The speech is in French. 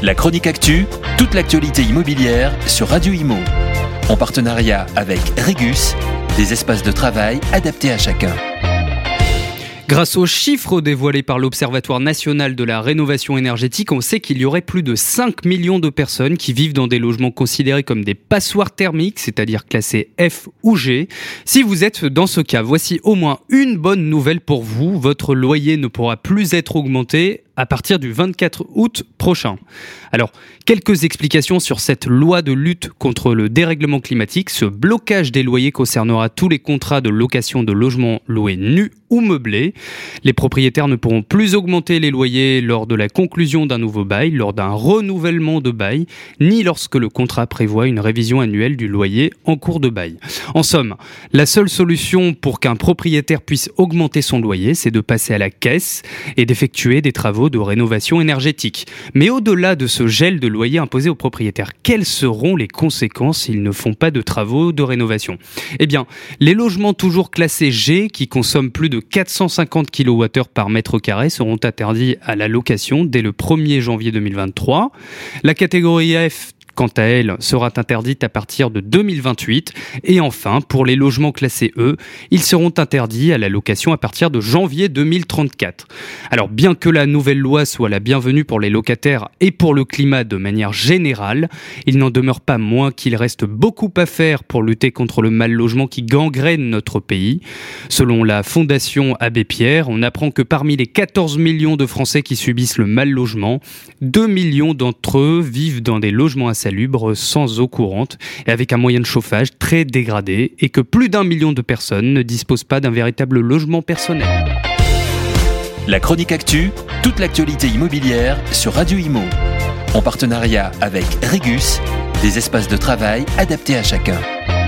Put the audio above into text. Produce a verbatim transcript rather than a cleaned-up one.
La chronique actu, toute l'actualité immobilière sur Radio Imo. En partenariat avec Regus, des espaces de travail adaptés à chacun. Grâce aux chiffres dévoilés par l'Observatoire national de la rénovation énergétique, on sait qu'il y aurait plus de cinq millions de personnes qui vivent dans des logements considérés comme des passoires thermiques, c'est-à-dire classés F ou G. Si vous êtes dans ce cas, voici au moins une bonne nouvelle pour vous. Votre loyer ne pourra plus être augmenté à partir du vingt-quatre août prochain. Alors, quelques explications sur cette loi de lutte contre le dérèglement climatique. Ce blocage des loyers concernera tous les contrats de location de logements loués nus ou meublés. Les propriétaires ne pourront plus augmenter les loyers lors de la conclusion d'un nouveau bail, lors d'un renouvellement de bail, ni lorsque le contrat prévoit une révision annuelle du loyer en cours de bail. En somme, la seule solution pour qu'un propriétaire puisse augmenter son loyer, c'est de passer à la caisse et d'effectuer des travaux de rénovation énergétique. Mais au-delà de ce gel de loyer imposé aux propriétaires, quelles seront les conséquences s'ils ne font pas de travaux de rénovation ? Eh bien, les logements toujours classés G, qui consomment plus de quatre cent cinquante kilowattheures par mètre carré, seront interdits à la location dès le premier janvier deux mille vingt-trois. La catégorie F, quant à elle, sera interdite à partir de deux mille vingt-huit. Et enfin, pour les logements classés E, ils seront interdits à la location à partir de janvier deux mille trente-quatre. Alors, bien que la nouvelle loi soit la bienvenue pour les locataires et pour le climat de manière générale, il n'en demeure pas moins qu'il reste beaucoup à faire pour lutter contre le mal logement qui gangrène notre pays. Selon la Fondation Abbé Pierre, on apprend que parmi les quatorze millions de Français qui subissent le mal logement, deux millions d'entre eux vivent dans des logements insalubres, sans eau courante et avec un moyen de chauffage très dégradé, et que plus d'un million de personnes ne disposent pas d'un véritable logement personnel. La chronique actu, toute l'actualité immobilière sur Radio Imo. En partenariat avec Regus, des espaces de travail adaptés à chacun.